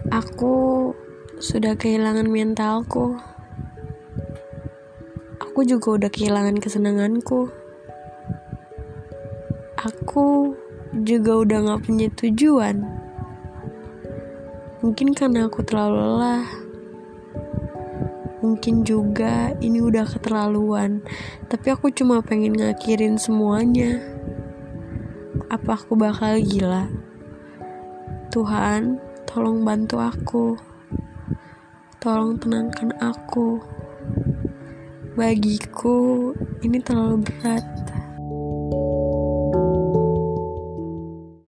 Aku sudah kehilangan mentalku. Aku juga udah kehilangan kesenanganku. Aku juga udah gak punya tujuan. Mungkin karena aku terlalu lelah. Mungkin juga ini udah keterlaluan. Tapi aku cuma pengen ngakhirin semuanya. Apa aku bakal gila? Tuhan, tolong bantu aku. Tolong tenangkan aku. Bagiku, ini terlalu berat.